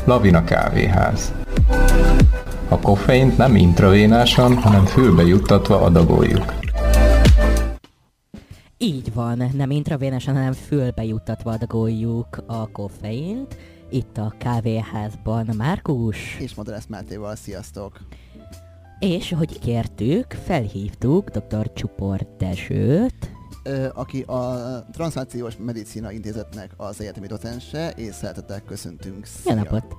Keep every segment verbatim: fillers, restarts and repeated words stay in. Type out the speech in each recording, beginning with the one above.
Lavina kávéház. A koffeint nem intravénásan, hanem fülbe juttatva adagoljuk. Így van, nem intravénásan, hanem fülbe juttatva adagoljuk a koffeint. Itt a kávéházban Márkus. És Madarász Mátéval, sziasztok! És, hogy kértük, felhívtuk dr. Csupor Dezsőt, Ö, aki a Transzlációs Medicina Intézetnek az egyetemi docense, és szeretettel köszöntünk. Jó napot!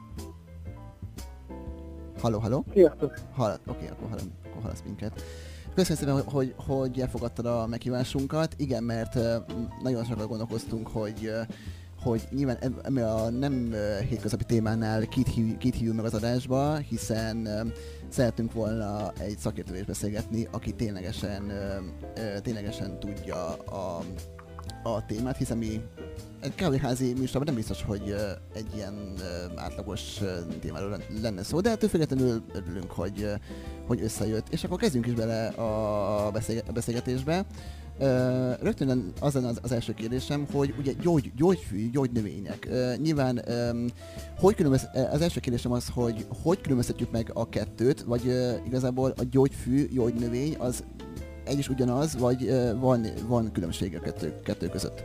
Halló, halló? Sziasztok! Hall, oké, akkor, hall, akkor hallasz minket. Köszönöm szépen, hogy, hogy elfogadtad a meghívásunkat. Igen, mert nagyon sokat gondolkoztunk, hogy hogy nyilván eb- a nem hétköznapi témánál kit, hív, kit hívjuk meg az adásba, hiszen uh, szeretünk volna egy szakértővel is beszélgetni, aki ténylegesen, uh, ténylegesen tudja a, a témát, hiszen mi egy kávéházi műsorban nem biztos, hogy uh, egy ilyen uh, átlagos uh, témáról lenne szó, de ettől függetlenül örülünk, hogy, uh, hogy összejött. És akkor kezdjünk is bele a, beszélge- a beszélgetésbe. Uh, rögtön az lenne az, az első kérdésem, hogy ugye gyógy, gyógyfű, gyógynövények. Uh, nyilván um, hogy különböz, az első kérdésem az, hogy hogy különböztetjük meg a kettőt, vagy uh, igazából a gyógyfű, gyógynövény az egy is ugyanaz, vagy uh, van, van különbség a kettő, kettő között?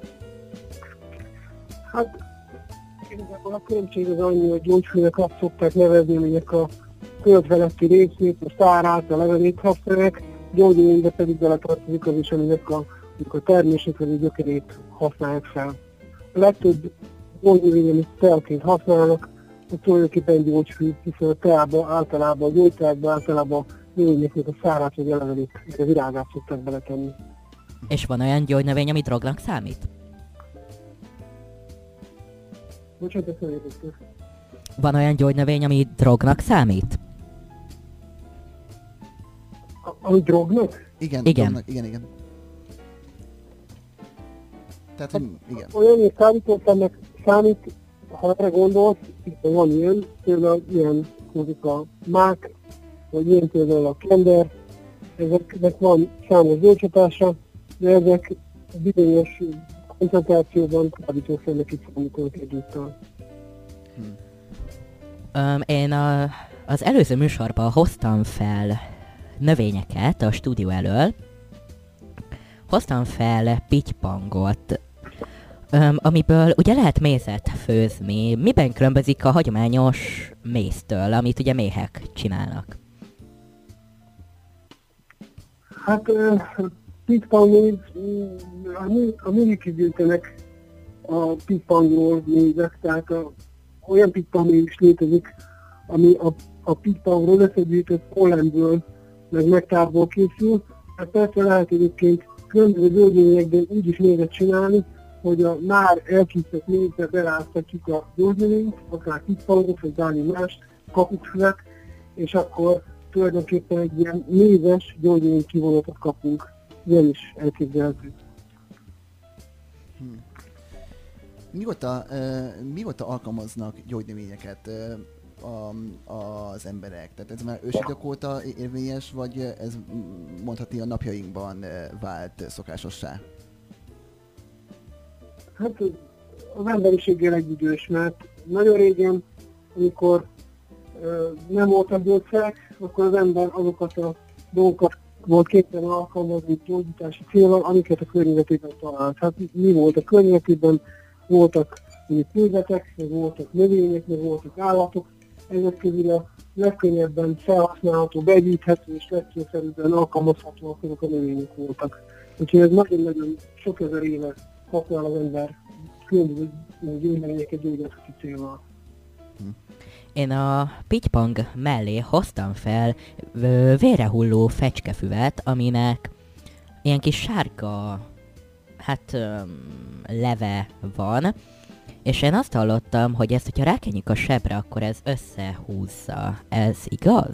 Hát igazából a különbség az annyi, hogy gyógyfűnek azt szokták nevezni, hogy a köldfeletti részét, a szárát, a levelét használják, gyógynövénybe pedig beletartozik az is, aminek a, a termését vagy a gyökerét használják fel. A legtöbb gyógynövény, amit teaként használnak, az tulajdonképpen gyógyfű, hiszen a teába általában, a gyógyteákba általában növényeknek a szárát vagy a levelét, a virágát szokták beletenni. És van olyan gyógynövény, ami drognak számít? Bocsánat, ezt nem értettem. Van olyan gyógynövény, ami drognak számít? Ami drognak? Igen, igen. Drognak, igen, igen. Tehát, hogy igen. Olyan kábítószernek számít, ha erre gondolsz, itt van ilyen, például ilyen mondjuk a mák, vagy ilyen például a kender, ezeknek van számos gyógyhatása, de ezek bizonyos koncentrációban kábítószernek is számítanak egyúttal. Hmm. Um, én a, az előző műsorban hoztam fel növényeket a stúdió elől. Hoztam fel pitypangot, um, amiből ugye lehet mézet főzni. Miben különbözik a hagyományos méztől, amit ugye méhek csinálnak? Hát a pitypangméz, a méhek gyűjtenek a pitypangról mézek, tehát a, olyan pitypangméz is létezik, ami a, a pitypangról összegyűjtött pollenből meg nektárból készül, hát persze lehet egyébként különböző gyógynövényekben úgy is mézet csinálni, hogy a már elkészített mézbe beláztatjuk a gyógynövényt, akár pitypangot, vagy bármi más, kapucsfüvet, és akkor tulajdonképpen egy ilyen mézes gyógynövény kivonatot kapunk. Ilyen is elképzelhető. Hmm. Mióta, uh, mióta alkalmaznak gyógynövényeket uh, a, az emberek? Tehát ez már ősidők óta érvényes, vagy ez mondhatni a napjainkban uh, vált szokásossá? Hát az emberiséggel egyidős, mert nagyon régen, amikor uh, nem voltak gyógyszerek, akkor az ember azokat a dolgokat volt képtelen alkalmazni gyógyítási célral, amiket a környezetében talált. Hát mi volt a környezetében? Voltak mézetek, meg voltak növények, meg voltak állatok. Ezek közül a legkönnyebben felhasználható, begyűjthető és legcélszerűbben alkalmazhatóak azok a növények voltak. Úgyhogy ez nagyon-nagyon sok ezer éve használ az ember különböző gyógynövényeket gyógyászati célral. Én a pitypang mellé hoztam fel ö, vérehulló fecskefüvet, aminek ilyen kis sárga, hát ö, leve van, és én azt hallottam, hogy ezt, hogyha rákenjük a sebre, akkor ez összehúzza. Ez igaz?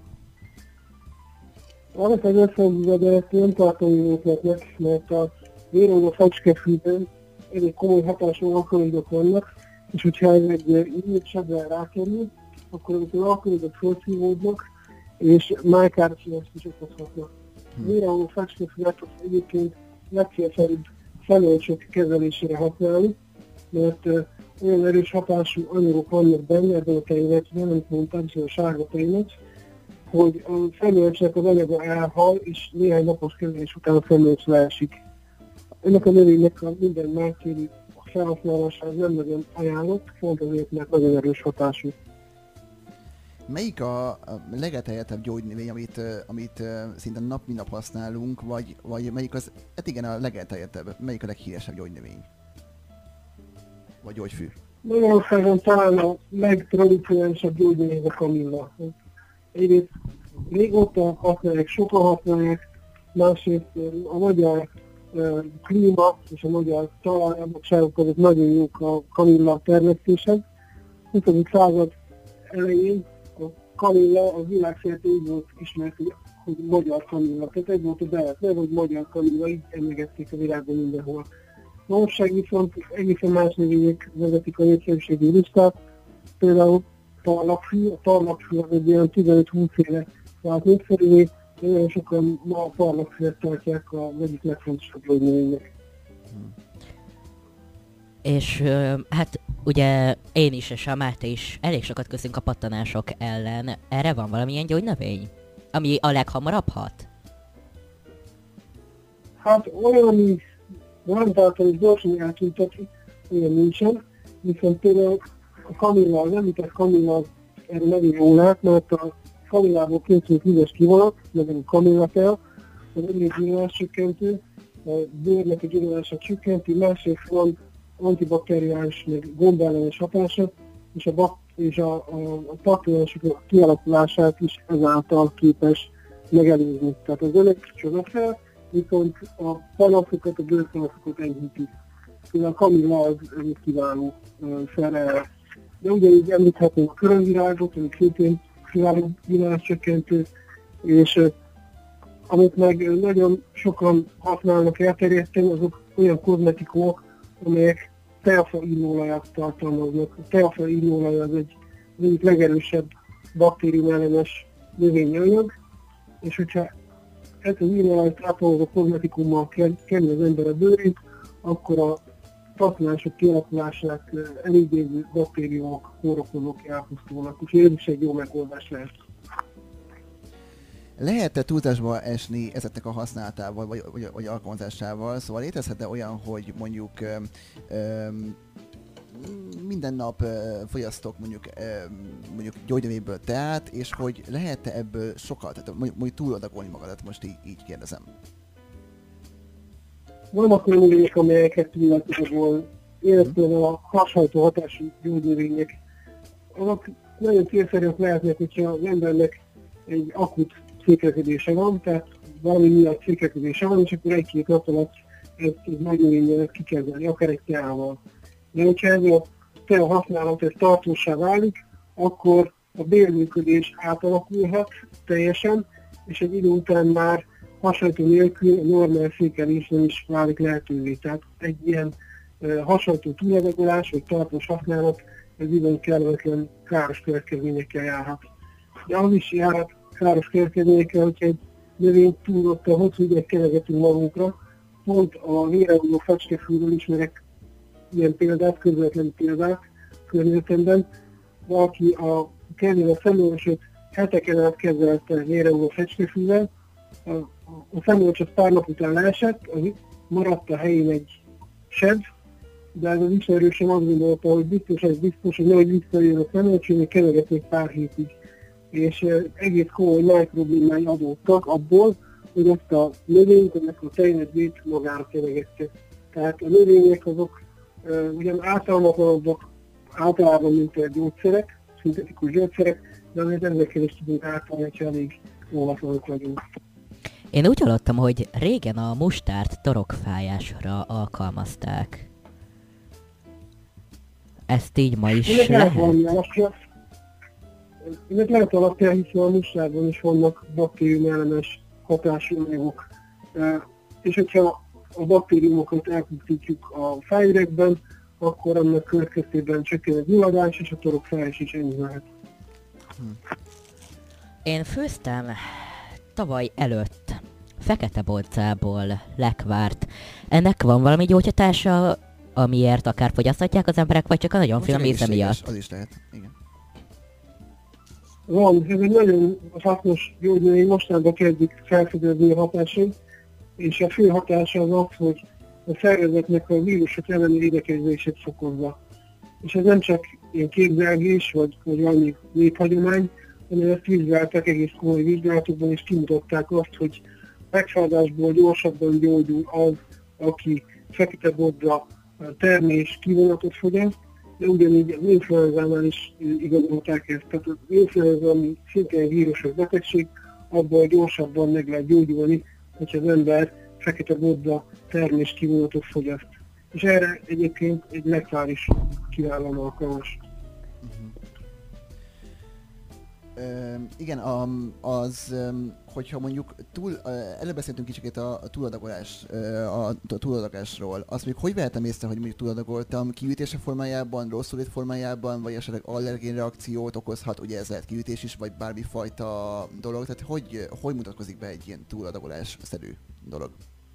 Annak az összehúzza, de ezt nem tartom jókletnek, mert a vérehulló fecskefűben elég komoly hatású alkaloidok vannak, és hogyha ez egy nyílt sebre rákerül, akkor amikor alkaloidok felszívódnak, és májkárosodást is okozhatnak. A vérehulló fecskefüvet egyébként legcélszerűbb szemölcsök kezelésére használni, mert uh, olyan erős hatású anyagok vannak benne ebben a tejnetsben, amit mondtam, szóval a sárga tejnets, hogy a személyecsnek az anyaga elhal, és néhány napos kezelés után a személyecs leesik. Ennek a növénynek a minden mártéri felhasználásához nem nagyon ajánlott, pont azért, mert nagyon erős hatású. Melyik a, a legelterjedtebb gyógynövény, amit, amit szinte nap mint nap használunk, vagy, vagy melyik az, hát igen, a legelterjedtebb, melyik a leghíresebb gyógynövény? Vagy gyógyfű? Magyarországon talán a legtradicionálisabb gyógynövény a kamilla. Egyrészt régóta használják, sokan használják, másrészt a magyar uh, klíma és a magyar talajabokságok között nagyon jók a kamilla termesztéshez. huszadik század elején a kamilla a világszerte úgy volt ismert, hogy, hogy magyar kamilla. Tehát ez volt a belet neve, hogy magyar kamilla, így emlegették a világban mindenhol. Manapság viszont egészen más növények vezetik a népszerűségi listát, például parlagfű, a parlagfű az egy ilyen tizenöt-húsz éve vált népszerűvé, de nagyon sokan ma a parlagfűet tartják az egyik legfontosabb gyógynövénynek. És ö, hát ugye én is és a Máté is elég sokat köszönünk a pattanások ellen. Erre van valamilyen gyógynövény? Ami a leghamarabb hat? Hát olyan, ami garantáltan és gyorsan eltűnteti, olyan nincsen, viszont például a kamilla, az említett kamilla erre nagyon jól lát, mert a kamillából készült vizes kivonat, meg a kamillatel, az egész gyulladás csökkentő, a bőrnek a gyulladását csökkenti, másrészt van antibakteriális, meg gomballenes hatása, és a, bak- és a, a, a patológusok kialakulását is ezáltal képes megelőzni. Tehát az elektricsoda fel, viszont a panaszokat, a bőrpanaszokat enyhíti. Például a kamilla az egy kiváló szerrel. De ugyanígy említhetném a körömvirágot, ami szintén kiváló gyulladáscsökkentő, és uh, amit meg nagyon sokan használnak elterjedten, azok olyan kozmetikumok, amelyek teafa illóolajat tartalmaznak. A teafa illóolaj az egy az egyik legerősebb baktériumellenes növényi anyag, és hogyha ezt az illóolajat tartalmazó kozmetikummal kenni az ember a bőrét, akkor a pattanások kialakulását elégéző baktériumok, kórokozók elpusztulnak, úgyhogy ez is egy jó megoldás lehet. Lehet-e túlzásba esni ezeknek a használatával, vagy, vagy, vagy alkalmazásával? Szóval létezhet-e olyan, hogy mondjuk öm, öm, minden nap öm, fogyasztok mondjuk, öm, mondjuk gyógynövényből teát, és hogy lehet-e ebből sokat, tehát mondjuk, mondjuk túladagolni magadat, most így, így kérdezem. Vannak olyan növények, amelyeket pillanatokból életben a hasonló hatású gyógynövények. Azok nagyon célszerűek lehetnek, hogyha az embernek egy akut székelkedése van, tehát valami miatt székelkedése van, és akkor egy-két nap alatt ezt egy nagy növényen lehet kikezelni, akár egy teával. De hogyha ez a tea használat ez tartósá válik, akkor a bélműködés átalakulhat teljesen, és egy idő után már hasonló nélkül a normál székelés nem is válik lehetővé. Tehát egy ilyen uh, hasonló túladagolás vagy tartós használat, ez bizony kellemetlen káros következményekkel járhat. De az is járhat káros következményekkel, hogyha egy növényt túlottan hosszú ideig kenegetünk magunkra. Pont a véreújó fecskefűről ismerek ilyen példát, közvetlen példát környezetemben. Valaki a kezével szemüvesöt heteken át kezelte véreújó fecskefűvel, a, a szemüves pár nap után leesett, az maradt a helyén egy seb, de ez az ismerősöm azt gondolta, hogy biztos, ez biztos, hogy nehogy visszajön a szemüves, hogy kenegetnék pár hétig. És egész komoly nagy problémái adódtak abból, hogy ezt a növényt, ennek a tejnedvét magára kenegette. Tehát a növények azok uh, ugyan ártalmatlanabbak általában, mint a gyógyszerek, szintetikus gyógyszerek, de azért ezekkel is tudunk ártalni, hogyha elég óvatlanok vagyunk. Én úgy hallottam, hogy régen a mustárt torokfájásra alkalmazták. Ezt így ma is Ennek lehet? valami alapja. Ennek lehet alapja, hiszen a mustárban is vannak baktériumellenes hatású anyagok. E, és hogyha a baktériumokat elpusztítjuk a fájüregben, akkor annak következtében csökken a gyulladás, és a torokfájás is enyhülhet. Én főztem tavaly előtt fekete bolcából lekvárt. Ennek van valami gyógyhatása amiért akár fogyasztatják az emberek, vagy csak a nagyon Most finom íze egészséges, miatt. Az is lehet, igen. Van, ez egy nagyon hasznos gyógynövény, mostanában kezdik felfedezni a hatásait, és a fő hatása az az, hogy a szervezetnek a vírusok elleni védekezését fokozza. És ez nem csak ilyen képzelgés, vagy, vagy valami néphagyomány, hanem ezt vizsgálták egész komoly vizsgálatokban, és kimutatták azt, hogy megfázásból gyorsabban gyógyul az, aki fekete bodra termés kivonatot fogyaszt, de ugyanígy az influenzánál is igazolták ezt. Tehát az influenza, ami szintén vírusos betegség, abból gyorsabban meg lehet gyógyulni, hogyha az ember fekete bodra termés kivonatot fogyaszt. És erre egyébként egy nektár is kiválóan alkalmas. Ö, igen, a, az, hogyha mondjuk túl, előbb beszéltünk kicsit a, a túladagolás, a, a túladagolásról, azt még hogy vehetem észre, hogy mondjuk túladagoltam, kiütése formájában, rosszul formájában, vagy esetleg allergén reakciót okozhat, ugye ez lehet kiütés is, vagy bármifajta dolog, tehát hogy, hogy mutatkozik be egy ilyen túladagolás-szerű dolog?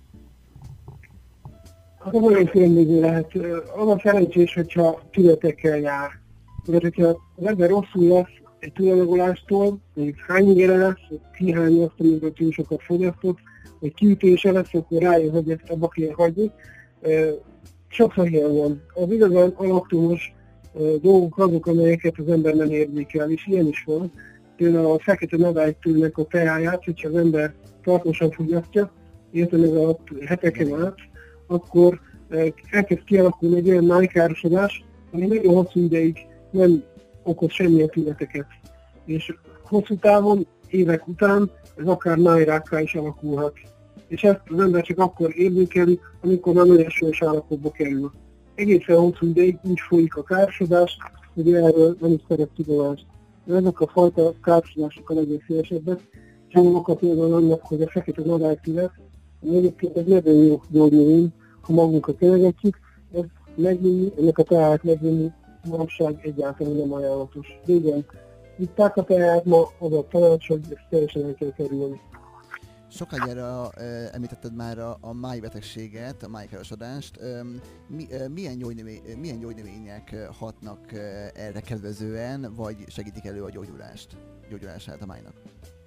Hát ez nagyon különböző lehet. Az a szerencsés, hogyha tünetekkel jár. Mert hogyha az ember rosszul lesz egy túladagolástól, mondjuk hányigere lesz, kihány azt, amikor túl sokat fogyasztott, vagy kiütése lesz, akkor rájön, hogy ezt abba kell hagyni. Sokszor ilyen van. Az igazán alaptumos dolgok azok, amelyeket az ember nem érzékel, és ilyen is van. Például a fekete nadrágtűnek a teáját, hogyha az ember tartósan fogyasztja, értem ez a heteken át, akkor elkezd kialakulni egy olyan májkárosodás, ami nagyon hosszú ideig nem okoz semmilyen tüneteket. És hosszú távon, évek után ez akár májrákká is alakulhat. És ezt az ember csak akkor érzékeli, amikor már nagyon súlyos állapotba kerül. Egészen hosszú ideig úgy folyik a károsodás, hogy erről nem is szeret tudomást. Ezek a fajta károsodások a legveszélyesebbek, és annak a például annak, hogy a fekete nadrágtünet, egyébként ez nagyon jó gyógynövény, ha magunkat kenegetjük, ezt megvinni, ennek a teát megvinni, manapság egyáltalán nem ajánlatos. Régen vitták a teát, ma az a tanács, hogy ezt teljesen el kell kerülni. Sokára e, említetted már a, a májbetegséget, a májkárosodást. E, mi, e, milyen, gyógynövény, milyen gyógynövények hatnak erre kedvezően, vagy segítik elő a gyógyulást, gyógyulását a májnak?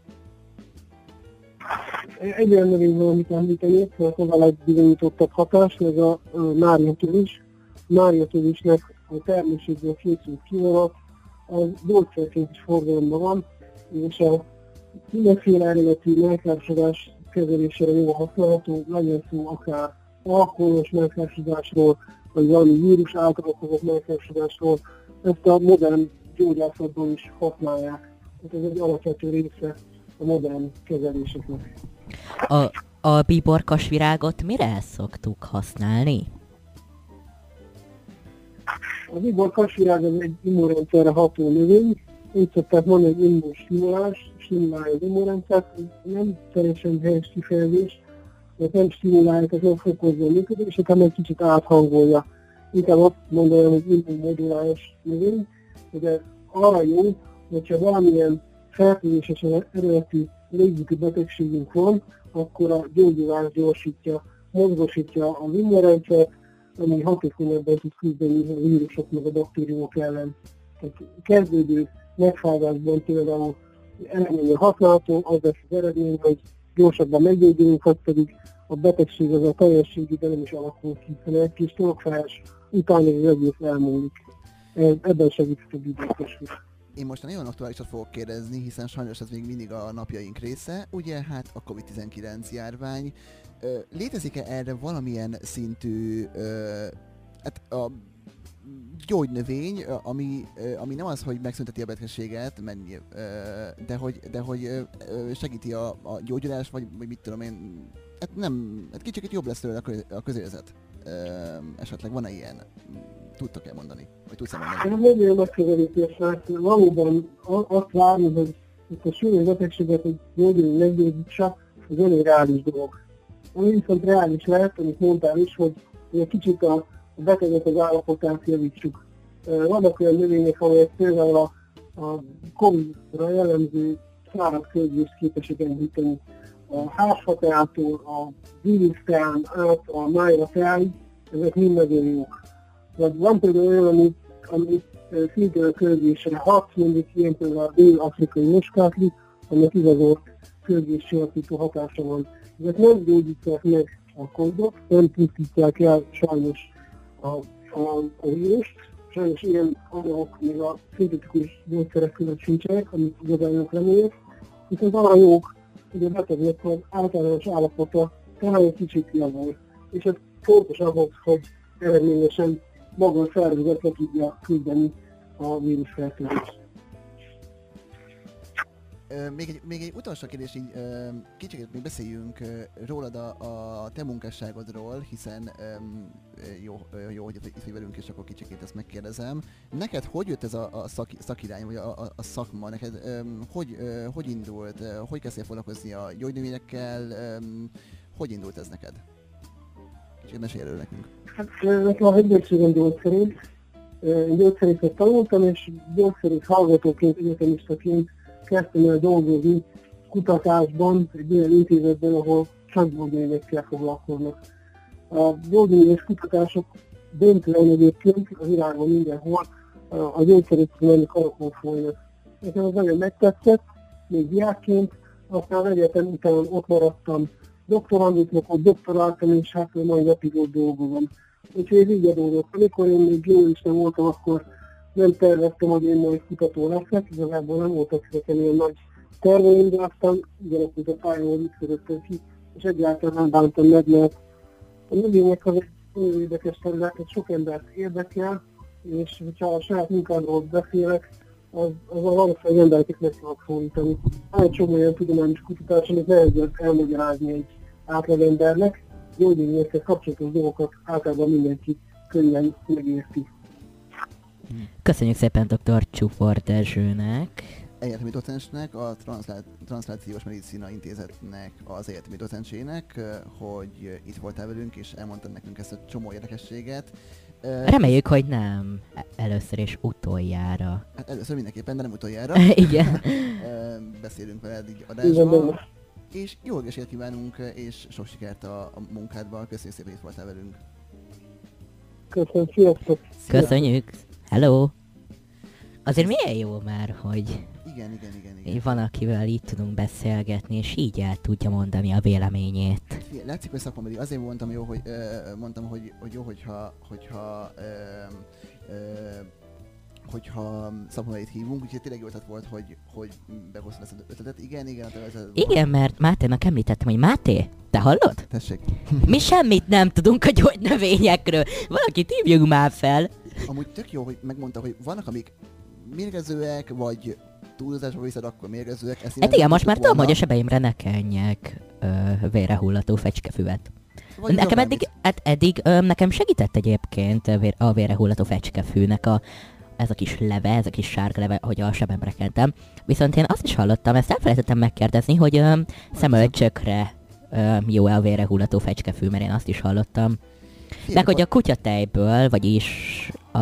Egy olyan növény van, amit említenék, mert az a legbizonyítottabb hatás, ez a máriatövis. A máriatövisnek a terméséből készült kivonat, az gyógyszerként is forgalomban van, és a mindenféle eredeti májkárosodás kezelésére jól használható, legyen szó akár alkoholos májkárosodásról, vagy valami vírus által okozott májkárosodásról, ezt a modern gyógyászatban is használják. Ez egy alapvető része a modern kezeléseknek. A, a biborkasvirágot mire szoktuk használni? A biborkasvirág az egy immunrendszerre ható növény, úgy szokták mondani, hogy immunstimulás, stimulálja az immunrendszert, nem teljesen helyes kifejezés, mert nem stimulálja, az nem fokozza a működését, hanem egy kicsit áthangolja. Inkább azt mondanám, hogy immunmodulálás növény, de arra jó, hogyha valamilyen fertőzéses eredeti légúti betegségünk van, akkor a gyógyulást gyorsítja, mozgósítja az immunrendszert, ami hatékonyabban tud küzdeni a vírusok meg a baktériumok ellen. Tehát kezdődő megfázásban például eredménye használható, az lesz az eredmény, hogy gyorsabban meggyógyulunk, vagy pedig a betegség az a teljességig nem is alakul ki, hanem egy kis torokfájás után az egész elmúlik. Ebben segített a biborkasvirág. Én most nagyon aktuálisat fogok kérdezni, hiszen sajnos ez még mindig a napjaink része, ugye hát a kovid tizenkilenc járvány. Létezik-e erre valamilyen szintű hát a gyógynövény, ami, ami nem az, hogy megszünteti a betegséget, de hogy, de hogy segíti a, a gyógyulást, vagy, vagy mit tudom én, hát nem, hát kicsit jobb lesz tőle a közérzet. Esetleg van-e ilyen? Tudtok-e mondani? Vagy tudsz-e mondani? Ez egy olyan megközelítés, mert valóban azt várni, hogy itt a súlyos betegséget, hogy gyógyulni meggyógyítsa, az elég reális dolog. Ami viszont reális lehet, amit mondtál is, hogy egy kicsit a betegek az állapotát javítsuk. Vannak olyan növények, amelyek például a, a Covid-ra jellemző száraz kölgést képesek enyhíteni. A házfateától, a víruszteán át a májra teáig ezek mind nagyon jók. Vagy van például olyan, ami, ami szintén a kölgésre hat, mondjuk ilyen például a dél-afrikai muskátli, aminek igazolt kölgéscsillapító hatása van. Ezek nem gyógyítják meg a covidot, nem pusztítják el sajnos a, a, a vírust. Sajnos ilyen anyagok még a szintetikus gyógyszerek között sincsenek, amit igazán jók lennének. Viszont arra jók, hogy a betegnek az általános állapota talán egy kicsit javul. És ez fontos ahhoz, hogy eredményesen maga a szervezet le tudja küldeni a vírusfertőzést. Még egy, még egy utolsó kérdés, így kicsit még beszéljünk rólad a, a te munkásságodról, hiszen jó, jó, hogy itt vagy velünk, és akkor kicsit ezt megkérdezem. Neked hogy jött ez a, a szak, szakirány, vagy a, a, a szakma? Neked hogy, hogy indult? Hogy kezdtél foglalkozni a gyógynövényekkel? Hogy indult ez neked? Kicsit mesélj erről nekünk. Hát nekem a hegydöntségem gyógyszerész. Én gyógyszerészet tanultam, és gyógyszerész hallgatóként, egyetemistaként kezdtem el dolgozni kutatásban, egy olyan intézetben, ahol csak gyógynövényekkel foglalkoznak. A gyógynövényes kutatások döntően egyébként a világon mindenhol a gyógyszerészeti karakon folynak. Nekem az nagyon megtetszett, még diákként, aztán egyetem után ott maradtam, doktorandusnak ott doktoráltam, és hát mai napig ott dolgozom. Úgyhogy ez így adódott. Amikor én még biológista voltam, akkor nem terveztem, hogy én majd kutató leszek, igazából nem voltak nekem ilyen nagy terveim, de aztán ugyanakkor a pályához ütközöttem ki, és egyáltalán nem bántam meg, mert a növények az egy nagyon érdekes terület, hogy sok embert érdekel, és hogyha a saját munkámról beszélek, az, az a valószínűleg embereket meg fogok szólítani. Van egy csomó olyan tudományos kutatás, amit nehezebb elmagyarázni egy átlagembernek, gyógynövényekkel kapcsolatos dolgokat általában mindenki könnyen megérti. Köszönjük szépen dr. Csufor Dezsőnek. Egyetemi docensnek, a Transzlá- Transzlációs Medicina Intézetnek az egyetemi docensének, hogy itt voltál velünk, és elmondtad nekünk ezt a csomó érdekességet. Reméljük, hogy nem először és utoljára. Hát először mindenképpen, de nem utoljára. Igen. Beszélünk veled így adásban. És jó egészséget kívánunk, és sok sikert a, a munkádban. Köszönjük szépen, hogy itt voltál velünk. Köszönöm, sziasztok! Köszönjük! Hello! Azért milyen jó már, hogy igen, igen, igen, igen. van, akivel így tudunk beszélgetni, és így el tudja mondani a véleményét. Figyelj, látszik, hogy szakmai. Azért mondtam, jó, hogy, ö, mondtam, hogy, hogy jó, hogyha, hogyha ö, ö, hogyha szakmait hívunk, úgyhogy tényleg jó ötlet volt, hogy, hogy behoztad ezt az ötletet. Igen, igen, az ötletet Igen, mert Máténak említettem, hogy Máté, te hallod? Tessék. Mi semmit nem tudunk a gyógynövényekről. Valakit hívjunk már fel. Amúgy tök jó, hogy megmondta, hogy vannak, amik mérgezőek, vagy túlzásba viszed, akkor mérgezőek. Ezt hát igen, most már tudom, hogy a sebeimre ne kenjek ö, vérrehullató fecskefüvet. Vagy nekem eddig, hát eddig ö, nekem segített egyébként a, vér, a vérrehullató fecskefűnek a ez a kis leve, ez a kis sárga leve, hogy a sebemre kentem. Viszont én azt is hallottam, ezt elfelejtettem megkérdezni, hogy ö, szemölcsökre ö, jó-e a vérrehullató fecskefű, mert én azt is hallottam. Szép, meg hogy a kutyatejből, vagyis a,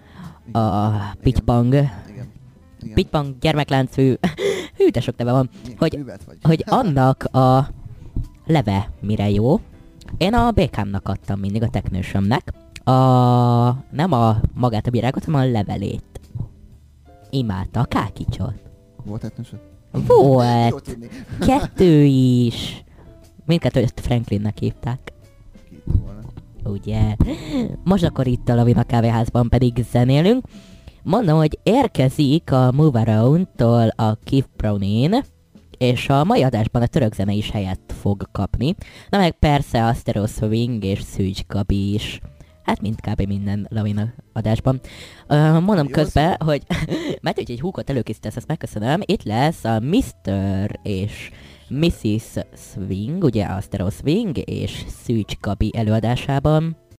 a pitpang, pitpang gyermekláncfű, hű, de sok neve van, hogy, hogy annak a leve mire jó. Én a békámnak adtam mindig, a teknősömnek, a, nem a magát a virágot, hanem a levelét. Imádta a kákicsot. Volt teknősöd? Volt. Kettő is. Mindkettőt Franklinnek hívták. Ugye? Most akkor itt a Lavina kávéházban pedig zenélünk. Mondom, hogy érkezik a Move Around-tól a Keith Brownin, és a mai adásban a török zene is helyet fog kapni. Na meg persze a Stereo Swing és Szűcs Gabi is. Hát mind kb. Minden Lavina adásban. Uh, mondom jó közben, szó. Hogy mert hogy egy húkot előkészítesz, ezt megköszönöm. Itt lesz a miszter és missziz Swing, ugye a Stereo Swing és Szűcs Gabi előadásában.